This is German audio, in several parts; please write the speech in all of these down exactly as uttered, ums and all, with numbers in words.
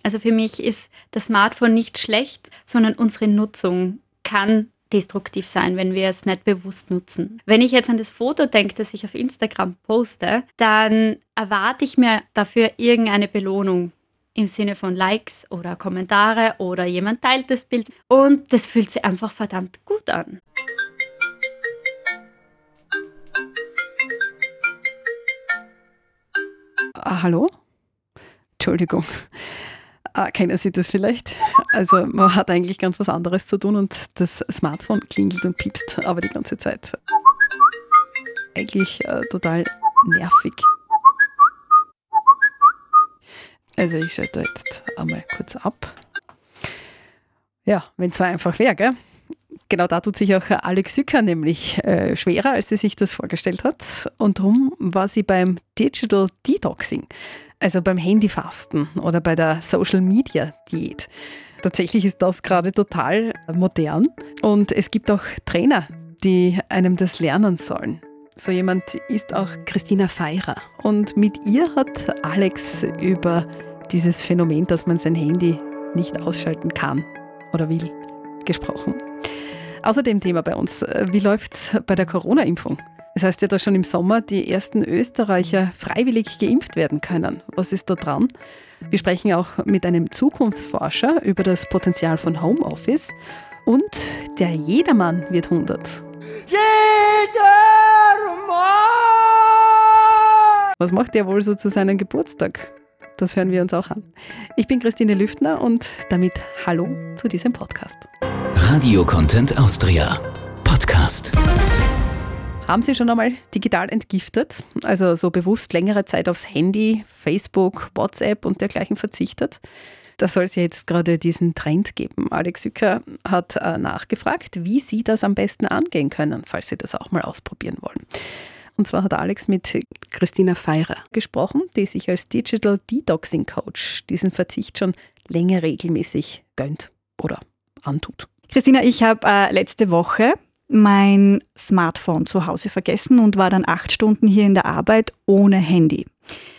Also für mich ist das Smartphone nicht schlecht, sondern unsere Nutzung kann destruktiv sein, wenn wir es nicht bewusst nutzen. Wenn ich jetzt an das Foto denke, das ich auf Instagram poste, dann erwarte ich mir dafür irgendeine Belohnung im Sinne von Likes oder Kommentare oder jemand teilt das Bild und das fühlt sich einfach verdammt gut an. Ah, hallo? Entschuldigung. Ah, kennen Sie das vielleicht? Also man hat eigentlich ganz was anderes zu tun und das Smartphone klingelt und piepst aber die ganze Zeit. Eigentlich äh, total nervig. Also ich schalte jetzt einmal kurz ab. Ja, wenn es so einfach wäre, gell? Genau da tut sich auch Alex Sücker nämlich äh, schwerer, als sie sich das vorgestellt hat. Und darum war sie beim Digital Detoxing, also beim Handyfasten oder bei der Social Media Diät. Tatsächlich ist das gerade total modern und es gibt auch Trainer, die einem das lernen sollen. So jemand ist auch Christina Feirer und mit ihr hat Alex über dieses Phänomen, dass man sein Handy nicht ausschalten kann oder will, gesprochen. Außerdem Thema bei uns, wie läuft's bei der Corona-Impfung? Es heißt ja, dass schon im Sommer die ersten Österreicher freiwillig geimpft werden können. Was ist da dran? Wir sprechen auch mit einem Zukunftsforscher über das Potenzial von Homeoffice und der Jedermann wird hundert. Jedermann! Was macht der wohl so zu seinem Geburtstag? Das hören wir uns auch an. Ich bin Christine Lüftner und damit hallo zu diesem Podcast. Radio Content Austria Podcast. Haben Sie schon einmal digital entgiftet? Also so bewusst längere Zeit aufs Handy, Facebook, WhatsApp und dergleichen verzichtet? Da soll es ja jetzt gerade diesen Trend geben. Alex Sücker hat äh, nachgefragt, wie Sie das am besten angehen können, falls Sie das auch mal ausprobieren wollen. Und zwar hat Alex mit Christina Feirer gesprochen, die sich als Digital Detoxing Coach diesen Verzicht schon länger regelmäßig gönnt oder antut. Christina, ich habe äh, letzte Woche mein Smartphone zu Hause vergessen und war dann acht Stunden hier in der Arbeit ohne Handy.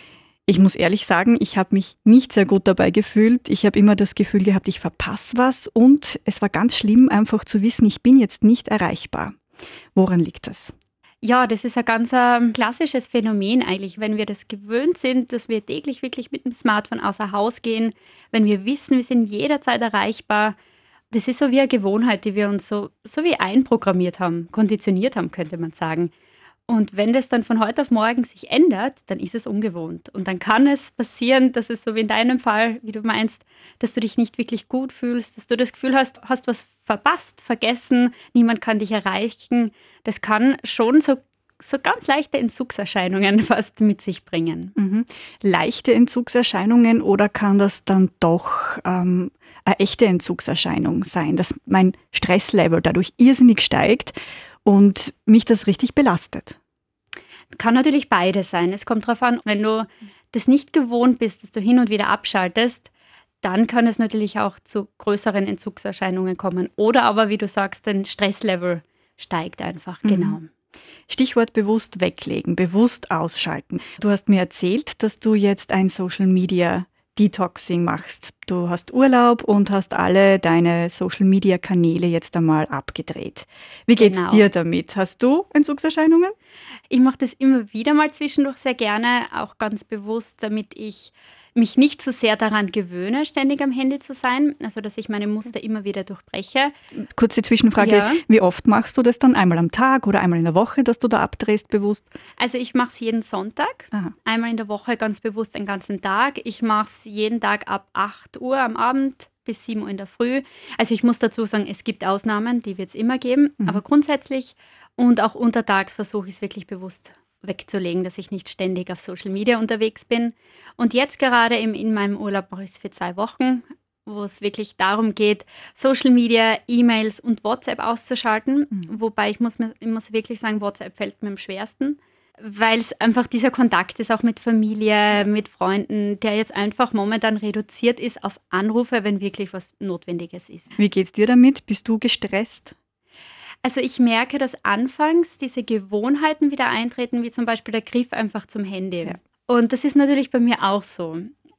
Ich muss ehrlich sagen, ich habe mich nicht sehr gut dabei gefühlt. Ich habe immer das Gefühl gehabt, ich verpasse was und es war ganz schlimm, einfach zu wissen, ich bin jetzt nicht erreichbar. Woran liegt das? Ja, das ist ein ganz ein klassisches Phänomen eigentlich, wenn wir das gewöhnt sind, dass wir täglich wirklich mit dem Smartphone außer Haus gehen, wenn wir wissen, wir sind jederzeit erreichbar. Das ist so wie eine Gewohnheit, die wir uns so, so wie einprogrammiert haben, konditioniert haben, könnte man sagen. Und wenn das dann von heute auf morgen sich ändert, dann ist es ungewohnt. Und dann kann es passieren, dass es so wie in deinem Fall, wie du meinst, dass du dich nicht wirklich gut fühlst, dass du das Gefühl hast, hast was verpasst, vergessen, niemand kann dich erreichen. Das kann schon so, so ganz leichte Entzugserscheinungen fast mit sich bringen. Mhm. Leichte Entzugserscheinungen oder kann das dann doch ähm, eine echte Entzugserscheinung sein, dass mein Stresslevel dadurch irrsinnig steigt und mich das richtig belastet? Kann natürlich beides sein. Es kommt darauf an, wenn du das nicht gewohnt bist, dass du hin und wieder abschaltest, dann kann es natürlich auch zu größeren Entzugserscheinungen kommen. Oder aber, wie du sagst, dein Stresslevel steigt einfach. Mhm. Genau. Stichwort bewusst weglegen, bewusst ausschalten. Du hast mir erzählt, dass du jetzt ein Social Media Detoxing machst. Du hast Urlaub und hast alle deine Social-Media-Kanäle jetzt einmal abgedreht. Wie geht's Genau. dir damit? Hast du Entzugserscheinungen? Ich mache das immer wieder mal zwischendurch sehr gerne, auch ganz bewusst, damit ich mich nicht zu sehr daran gewöhne, ständig am Handy zu sein, also dass ich meine Muster immer wieder durchbreche. Kurze Zwischenfrage, Ja. Wie oft machst du das dann? Einmal am Tag oder einmal in der Woche, dass du da abdrehst bewusst? Also ich mache es jeden Sonntag, Aha. einmal in der Woche ganz bewusst den ganzen Tag. Ich mache es jeden Tag ab acht Uhr am Abend bis sieben Uhr in der Früh. Also ich muss dazu sagen, es gibt Ausnahmen, die wird es immer geben, Mhm. aber grundsätzlich und auch untertags versuche ich es wirklich bewusst wegzulegen, dass ich nicht ständig auf Social Media unterwegs bin. Und jetzt gerade im, in meinem Urlaub mache ich es für zwei Wochen, wo es wirklich darum geht, Social Media, E-Mails und WhatsApp auszuschalten. Mhm. Wobei ich muss, mir, ich muss wirklich sagen, WhatsApp fällt mir am schwersten, weil es einfach dieser Kontakt ist, auch mit Familie, mit Freunden, der jetzt einfach momentan reduziert ist auf Anrufe, wenn wirklich was Notwendiges ist. Wie geht's dir damit? Bist du gestresst? Also ich merke, dass anfangs diese Gewohnheiten wieder eintreten, wie zum Beispiel der Griff einfach zum Handy. Ja. Und das ist natürlich bei mir auch so.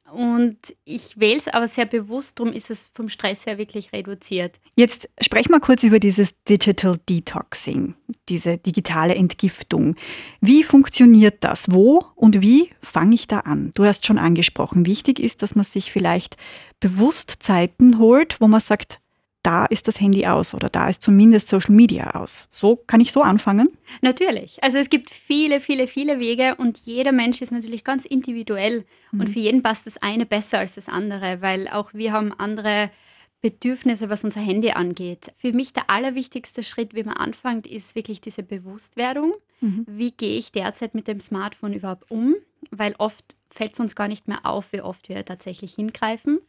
Und ich wähle es aber sehr bewusst, darum ist es vom Stress her wirklich reduziert. Jetzt sprechen wir kurz über dieses Digital Detoxing, diese digitale Entgiftung. Wie funktioniert das? Wo und wie fange ich da an? Du hast schon angesprochen, wichtig ist, dass man sich vielleicht bewusst Zeiten holt, wo man sagt, da ist das Handy aus oder da ist zumindest Social Media aus. So kann ich so anfangen? Natürlich. Also es gibt viele, viele, viele Wege und jeder Mensch ist natürlich ganz individuell mhm. und für jeden passt das eine besser als das andere, weil auch wir haben andere Bedürfnisse, was unser Handy angeht. Für mich der allerwichtigste Schritt, wie man anfängt, ist wirklich diese Bewusstwerdung. Mhm. Wie gehe ich derzeit mit dem Smartphone überhaupt um? Weil oft fällt es uns gar nicht mehr auf, wie oft wir tatsächlich hingreifen.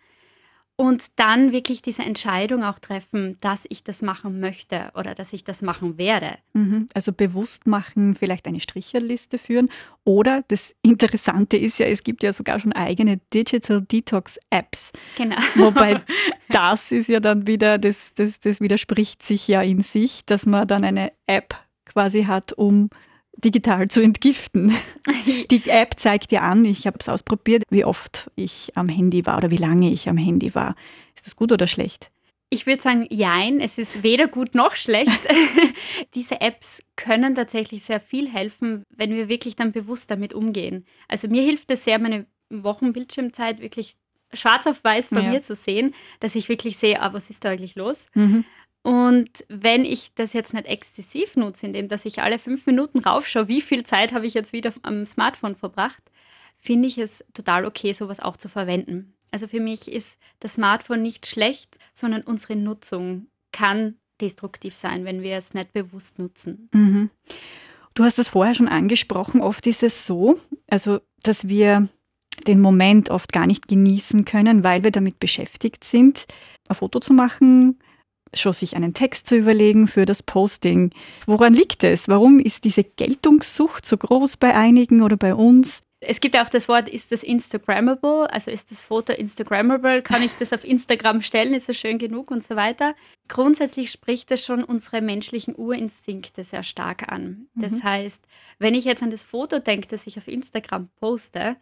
Und dann wirklich diese Entscheidung auch treffen, dass ich das machen möchte oder dass ich das machen werde. Also bewusst machen, vielleicht eine Stricherliste führen. Oder das Interessante ist ja, es gibt ja sogar schon eigene Digital Detox Apps. Genau. Wobei das ist ja dann wieder, das, das, das widerspricht sich ja in sich, dass man dann eine App quasi hat, um digital zu entgiften. Die App zeigt dir an, ich habe es ausprobiert, wie oft ich am Handy war oder wie lange ich am Handy war. Ist das gut oder schlecht? Ich würde sagen, jein, es ist weder gut noch schlecht. Diese Apps können tatsächlich sehr viel helfen, wenn wir wirklich dann bewusst damit umgehen. Also mir hilft es sehr, meine Wochenbildschirmzeit wirklich schwarz auf weiß vor ja. mir zu sehen, dass ich wirklich sehe, ah, was ist da eigentlich los? Mhm. Und wenn ich das jetzt nicht exzessiv nutze, indem dass ich alle fünf Minuten raufschaue, wie viel Zeit habe ich jetzt wieder am Smartphone verbracht, finde ich es total okay, sowas auch zu verwenden. Also für mich ist das Smartphone nicht schlecht, sondern unsere Nutzung kann destruktiv sein, wenn wir es nicht bewusst nutzen. Mhm. Du hast es vorher schon angesprochen, oft ist es so, also dass wir den Moment oft gar nicht genießen können, weil wir damit beschäftigt sind, ein Foto zu machen, schon sich einen Text zu überlegen für das Posting. Woran liegt es? Warum ist diese Geltungssucht so groß bei einigen oder bei uns? Es gibt ja auch das Wort, ist das Instagrammable? Also ist das Foto Instagrammable? Kann ich das auf Instagram stellen? Ist es schön genug und so weiter? Grundsätzlich spricht das schon unsere menschlichen Urinstinkte sehr stark an. Das mhm. heißt, wenn ich jetzt an das Foto denke, das ich auf Instagram poste,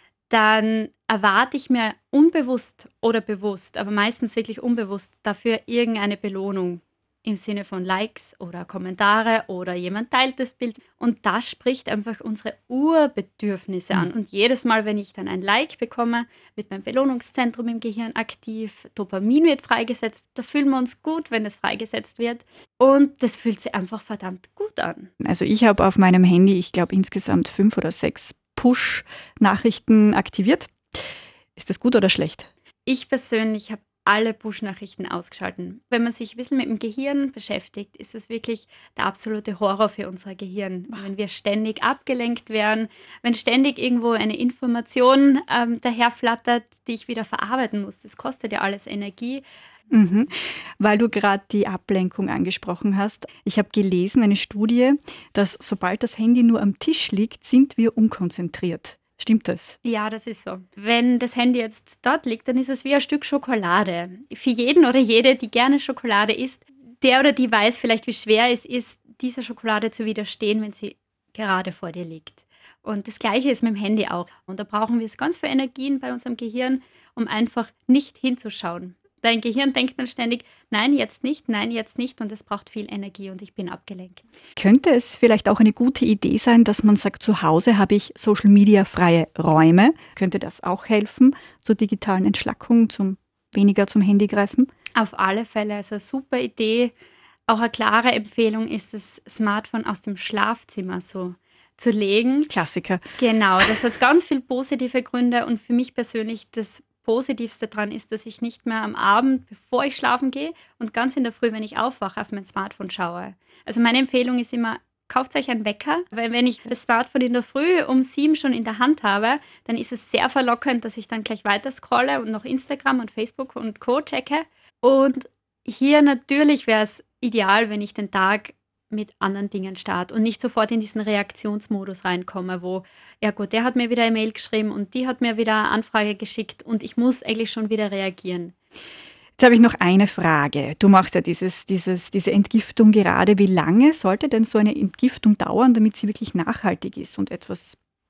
dann erwarte ich mir unbewusst oder bewusst, aber meistens wirklich unbewusst dafür irgendeine Belohnung im Sinne von Likes oder Kommentare oder jemand teilt das Bild. Und das spricht einfach unsere Urbedürfnisse mhm. an. Und jedes Mal, wenn ich dann ein Like bekomme, wird mein Belohnungszentrum im Gehirn aktiv, Dopamin wird freigesetzt, da fühlen wir uns gut, wenn das freigesetzt wird. Und das fühlt sich einfach verdammt gut an. Also ich habe auf meinem Handy, ich glaube insgesamt fünf oder sechs Push-Nachrichten aktiviert. Ist das gut oder schlecht? Ich persönlich habe alle Push-Nachrichten ausgeschalten. Wenn man sich ein bisschen mit dem Gehirn beschäftigt, ist es wirklich der absolute Horror für unser Gehirn. Wenn wir ständig abgelenkt werden, wenn ständig irgendwo eine Information ähm, daherflattert, die ich wieder verarbeiten muss. Das kostet ja alles Energie. Mhm. Weil du gerade die Ablenkung angesprochen hast. Ich habe gelesen, eine Studie, dass sobald das Handy nur am Tisch liegt, sind wir unkonzentriert. Stimmt das? Ja, das ist so. Wenn das Handy jetzt dort liegt, dann ist es wie ein Stück Schokolade. Für jeden oder jede, die gerne Schokolade isst, der oder die weiß vielleicht, wie schwer es ist, dieser Schokolade zu widerstehen, wenn sie gerade vor dir liegt. Und das Gleiche ist mit dem Handy auch. Und da brauchen wir ganz viel Energien bei unserem Gehirn, um einfach nicht hinzuschauen. Dein Gehirn denkt dann ständig, nein, jetzt nicht, nein, jetzt nicht und es braucht viel Energie und ich bin abgelenkt. Könnte es vielleicht auch eine gute Idee sein, dass man sagt, zu Hause habe ich Social-Media-freie Räume? Könnte das auch helfen zur digitalen Entschlackung, zum weniger zum Handy greifen? Auf alle Fälle, also eine super Idee. Auch eine klare Empfehlung ist, das Smartphone aus dem Schlafzimmer so zu legen. Klassiker. Genau, das hat ganz viele positive Gründe und für mich persönlich das Positivste daran ist, dass ich nicht mehr am Abend, bevor ich schlafen gehe und ganz in der Früh, wenn ich aufwache, auf mein Smartphone schaue. Also meine Empfehlung ist immer, kauft euch einen Wecker, weil wenn ich das Smartphone in der Früh um sieben schon in der Hand habe, dann ist es sehr verlockend, dass ich dann gleich weiter scrolle und noch Instagram und Facebook und Co. checke. Und hier natürlich wäre es ideal, wenn ich den Tag mit anderen Dingen starte und nicht sofort in diesen Reaktionsmodus reinkomme, wo, ja gut, der hat mir wieder eine Mail geschrieben und die hat mir wieder eine Anfrage geschickt und ich muss eigentlich schon wieder reagieren. Jetzt habe ich noch eine Frage. Du machst ja dieses, dieses, diese Entgiftung gerade. Wie lange sollte denn so eine Entgiftung dauern, damit sie wirklich nachhaltig ist und etwas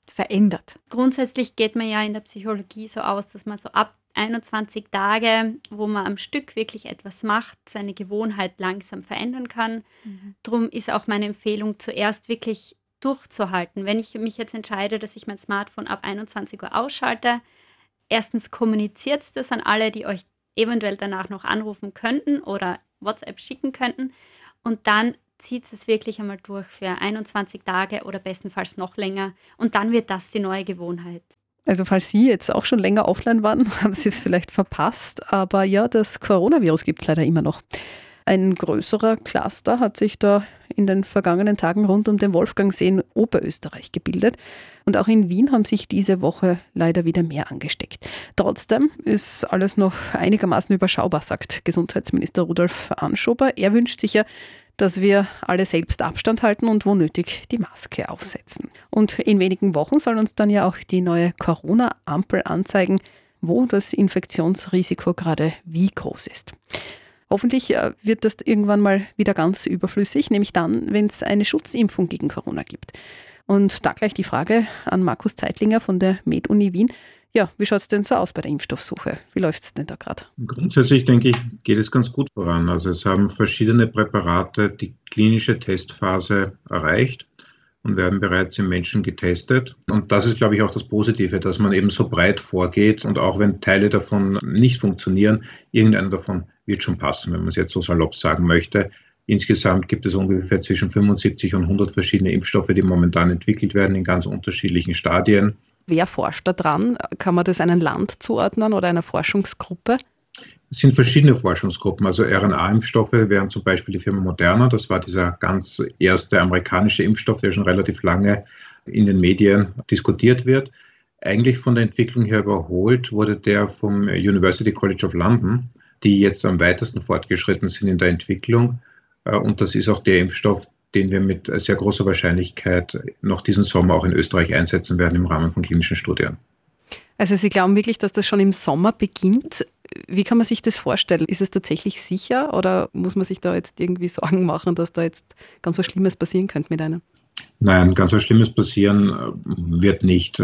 verändert? Grundsätzlich geht man ja in der Psychologie so aus, dass man so ab einundzwanzig Tage, wo man am Stück wirklich etwas macht, seine Gewohnheit langsam verändern kann. Mhm. Darum ist auch meine Empfehlung, zuerst wirklich durchzuhalten. Wenn ich mich jetzt entscheide, dass ich mein Smartphone ab einundzwanzig Uhr ausschalte, erstens kommuniziert das an alle, die euch eventuell danach noch anrufen könnten oder WhatsApp schicken könnten. Und dann zieht es wirklich einmal durch für einundzwanzig Tage oder bestenfalls noch länger. Und dann wird das die neue Gewohnheit. Also falls Sie jetzt auch schon länger offline waren, haben Sie es vielleicht verpasst. Aber ja, das Coronavirus gibt es leider immer noch. Ein größerer Cluster hat sich da in den vergangenen Tagen rund um den Wolfgangsee in Oberösterreich gebildet. Und auch in Wien haben sich diese Woche leider wieder mehr angesteckt. Trotzdem ist alles noch einigermaßen überschaubar, sagt Gesundheitsminister Rudolf Anschober. Er wünscht sich ja, dass wir alle selbst Abstand halten und wo nötig die Maske aufsetzen. Und in wenigen Wochen soll uns dann ja auch die neue Corona-Ampel anzeigen, wo das Infektionsrisiko gerade wie groß ist. Hoffentlich wird das irgendwann mal wieder ganz überflüssig, nämlich dann, wenn es eine Schutzimpfung gegen Corona gibt. Und da gleich die Frage an Markus Zeitlinger von der Med-Uni Wien. Ja, wie schaut es denn so aus bei der Impfstoffsuche? Wie läuft es denn da gerade? Grundsätzlich denke ich, geht es ganz gut voran. Also es haben verschiedene Präparate die klinische Testphase erreicht und werden bereits im Menschen getestet. Und das ist, glaube ich, auch das Positive, dass man eben so breit vorgeht. Und auch wenn Teile davon nicht funktionieren, irgendeiner davon wird schon passen, wenn man es jetzt so salopp sagen möchte. Insgesamt gibt es ungefähr zwischen fünfundsiebzig und hundert verschiedene Impfstoffe, die momentan entwickelt werden in ganz unterschiedlichen Stadien. Wer forscht da dran? Kann man das einem Land zuordnen oder einer Forschungsgruppe? Es sind verschiedene Forschungsgruppen. Also R N A-Impfstoffe wären zum Beispiel die Firma Moderna. Das war dieser ganz erste amerikanische Impfstoff, der schon relativ lange in den Medien diskutiert wird. Eigentlich von der Entwicklung her überholt wurde der vom University College of London, die jetzt am weitesten fortgeschritten sind in der Entwicklung. Und das ist auch der Impfstoff, den wir mit sehr großer Wahrscheinlichkeit noch diesen Sommer auch in Österreich einsetzen werden im Rahmen von klinischen Studien. Also Sie glauben wirklich, dass das schon im Sommer beginnt? Wie kann man sich das vorstellen? Ist es tatsächlich sicher oder muss man sich da jetzt irgendwie Sorgen machen, dass da jetzt ganz was Schlimmes passieren könnte mit einem? Nein, ganz was Schlimmes passieren wird nicht.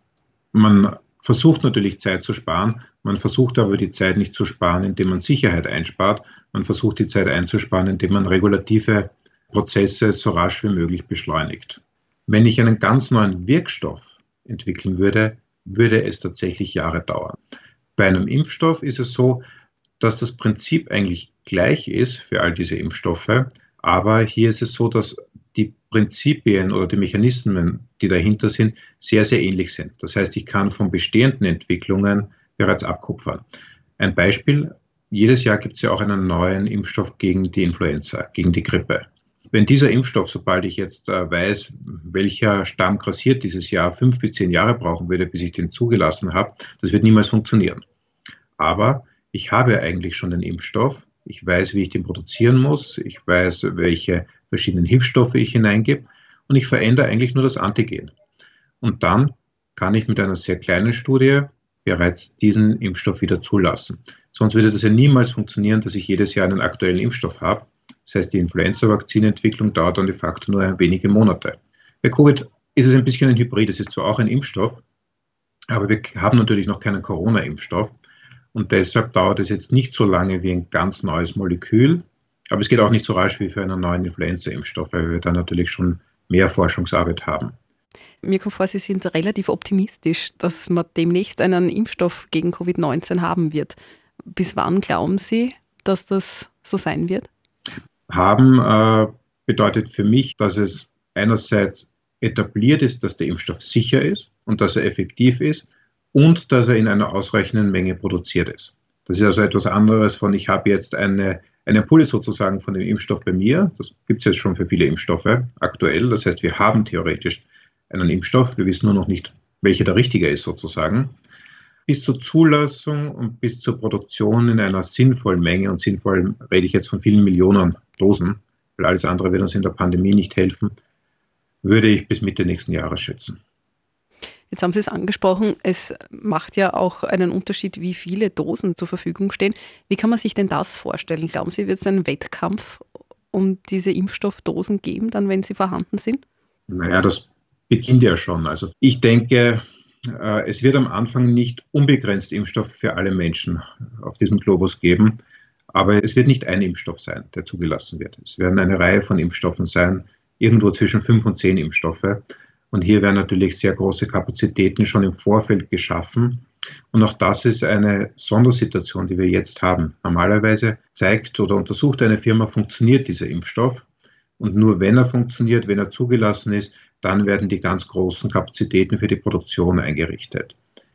Man versucht natürlich Zeit zu sparen, man versucht aber die Zeit nicht zu sparen, indem man Sicherheit einspart. Man versucht die Zeit einzusparen, indem man regulative Prozesse so rasch wie möglich beschleunigt. Wenn ich einen ganz neuen Wirkstoff entwickeln würde, würde es tatsächlich Jahre dauern. Bei einem Impfstoff ist es so, dass das Prinzip eigentlich gleich ist für all diese Impfstoffe, aber hier ist es so, dass die Prinzipien oder die Mechanismen, die dahinter sind, sehr, sehr ähnlich sind. Das heißt, ich kann von bestehenden Entwicklungen bereits abkupfern. Ein Beispiel, jedes Jahr gibt es ja auch einen neuen Impfstoff gegen die Influenza, gegen die Grippe. Wenn dieser Impfstoff, sobald ich jetzt äh, weiß, welcher Stamm grassiert dieses Jahr, fünf bis zehn Jahre brauchen würde, bis ich den zugelassen habe, das wird niemals funktionieren. Aber ich habe eigentlich schon den Impfstoff, ich weiß, wie ich den produzieren muss, ich weiß, welche verschiedenen Hilfsstoffe ich hineingebe und ich verändere eigentlich nur das Antigen. Und dann kann ich mit einer sehr kleinen Studie bereits diesen Impfstoff wieder zulassen. Sonst würde das ja niemals funktionieren, dass ich jedes Jahr einen aktuellen Impfstoff habe. Das heißt, die Influenza-Vakzinentwicklung dauert dann de facto nur wenige Monate. Bei Covid ist es ein bisschen ein Hybrid. Es ist zwar auch ein Impfstoff, aber wir haben natürlich noch keinen Corona-Impfstoff. Und deshalb dauert es jetzt nicht so lange wie ein ganz neues Molekül. Aber es geht auch nicht so rasch wie für einen neuen Influenza-Impfstoff, weil wir da natürlich schon mehr Forschungsarbeit haben. Mir kommt vor, Sie sind relativ optimistisch, dass man demnächst einen Impfstoff gegen Covid neunzehn haben wird. Bis wann glauben Sie, dass das so sein wird? Haben äh, bedeutet für mich, dass es einerseits etabliert ist, dass der Impfstoff sicher ist und dass er effektiv ist und dass er in einer ausreichenden Menge produziert ist. Das ist also etwas anderes von, ich habe jetzt eine, eine Pulle sozusagen von dem Impfstoff bei mir. Das gibt es jetzt schon für viele Impfstoffe aktuell. Das heißt, wir haben theoretisch einen Impfstoff. Wir wissen nur noch nicht, welcher der richtige ist sozusagen. Bis zur Zulassung und bis zur Produktion in einer sinnvollen Menge, und sinnvoll rede ich jetzt von vielen Millionen Dosen, weil alles andere wird uns in der Pandemie nicht helfen, würde ich bis Mitte nächsten Jahres schätzen. Jetzt haben Sie es angesprochen, es macht ja auch einen Unterschied, wie viele Dosen zur Verfügung stehen. Wie kann man sich denn das vorstellen? Glauben Sie, wird es einen Wettkampf um diese Impfstoffdosen geben, dann wenn sie vorhanden sind? Naja, das beginnt ja schon. Also ich denke, es wird am Anfang nicht unbegrenzt Impfstoff für alle Menschen auf diesem Globus geben, aber es wird nicht ein Impfstoff sein, der zugelassen wird. Es werden eine Reihe von Impfstoffen sein, irgendwo zwischen fünf und zehn Impfstoffe. Und hier werden natürlich sehr große Kapazitäten schon im Vorfeld geschaffen. Und auch das ist eine Sondersituation, die wir jetzt haben. Normalerweise zeigt oder untersucht eine Firma, funktioniert dieser Impfstoff. Und nur wenn er funktioniert, wenn er zugelassen ist, dann werden die ganz großen Kapazitäten für die Produktion eingerichtet.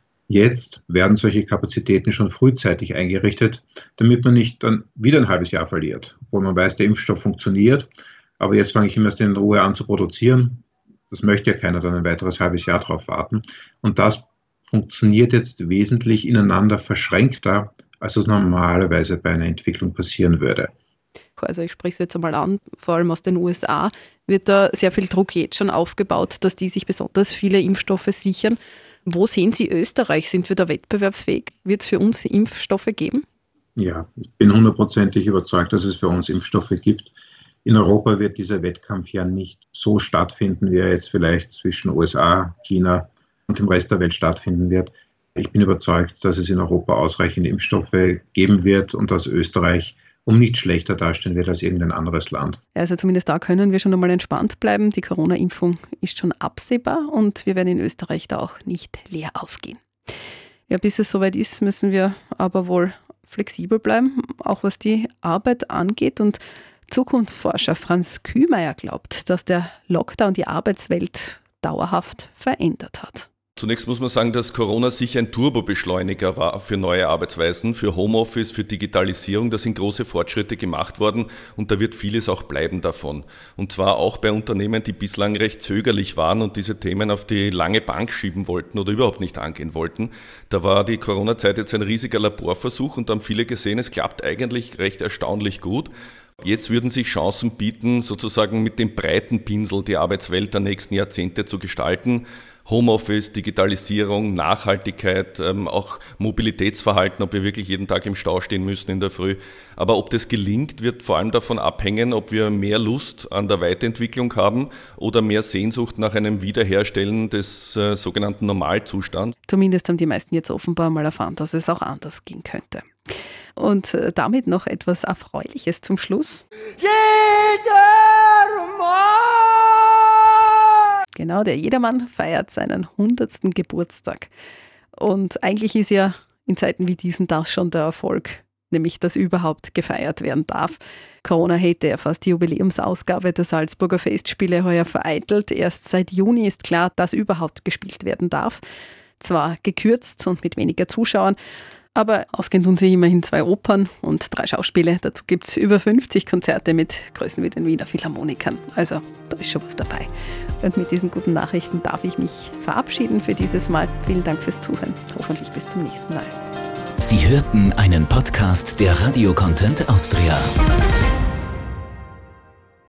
Jetzt werden solche Kapazitäten schon frühzeitig eingerichtet, damit man nicht dann wieder ein halbes Jahr verliert, wo man weiß, der Impfstoff funktioniert, aber jetzt fange ich immer erst in Ruhe an zu produzieren. Das möchte ja keiner dann ein weiteres halbes Jahr drauf warten. Und das funktioniert jetzt wesentlich ineinander verschränkter, als es normalerweise bei einer Entwicklung passieren würde. Also ich spreche es jetzt einmal an, vor allem aus den U S A wird da sehr viel Druck jetzt schon aufgebaut, dass die sich besonders viele Impfstoffe sichern. Wo sehen Sie Österreich? Sind wir da wettbewerbsfähig? Wird es für uns Impfstoffe geben? Ja, ich bin hundertprozentig überzeugt, dass es für uns Impfstoffe gibt. In Europa wird dieser Wettkampf ja nicht so stattfinden, wie er jetzt vielleicht zwischen U S A, China und dem Rest der Welt stattfinden wird. Ich bin überzeugt, dass es in Europa ausreichend Impfstoffe geben wird und dass Österreich um nicht schlechter dastehen wird als irgendein anderes Land. Also zumindest da können wir schon einmal entspannt bleiben. Die Corona-Impfung ist schon absehbar und wir werden in Österreich da auch nicht leer ausgehen. Ja, bis es soweit ist, müssen wir aber wohl flexibel bleiben, auch was die Arbeit angeht. Und Zukunftsforscher Franz Kühmeier glaubt, dass der Lockdown die Arbeitswelt dauerhaft verändert hat. Zunächst muss man sagen, dass Corona sicher ein Turbobeschleuniger war für neue Arbeitsweisen, für Homeoffice, für Digitalisierung. Da sind große Fortschritte gemacht worden und da wird vieles auch bleiben davon. Und zwar auch bei Unternehmen, die bislang recht zögerlich waren und diese Themen auf die lange Bank schieben wollten oder überhaupt nicht angehen wollten. Da war die Corona-Zeit jetzt ein riesiger Laborversuch und da haben viele gesehen, es klappt eigentlich recht erstaunlich gut. Jetzt würden sich Chancen bieten, sozusagen mit dem breiten Pinsel die Arbeitswelt der nächsten Jahrzehnte zu gestalten. Homeoffice, Digitalisierung, Nachhaltigkeit, ähm, auch Mobilitätsverhalten, ob wir wirklich jeden Tag im Stau stehen müssen in der Früh. Aber ob das gelingt, wird vor allem davon abhängen, ob wir mehr Lust an der Weiterentwicklung haben oder mehr Sehnsucht nach einem Wiederherstellen des äh, sogenannten Normalzustands. Zumindest haben die meisten jetzt offenbar mal erfahren, dass es auch anders gehen könnte. Und damit noch etwas Erfreuliches zum Schluss. Jedermann! Genau, der Jedermann feiert seinen hundertsten Geburtstag. Und eigentlich ist ja in Zeiten wie diesen das schon der Erfolg, nämlich dass überhaupt gefeiert werden darf. Corona hätte ja fast die Jubiläumsausgabe der Salzburger Festspiele heuer vereitelt. Erst seit Juni ist klar, dass überhaupt gespielt werden darf. Zwar gekürzt und mit weniger Zuschauern, aber ausgehen tun sich immerhin zwei Opern und drei Schauspiele. Dazu gibt es über fünfzig Konzerte mit Größen wie den Wiener Philharmonikern. Also da ist schon was dabei. Und mit diesen guten Nachrichten darf ich mich verabschieden für dieses Mal. Vielen Dank fürs Zuhören. Hoffentlich bis zum nächsten Mal. Sie hörten einen Podcast der Radio Content Austria.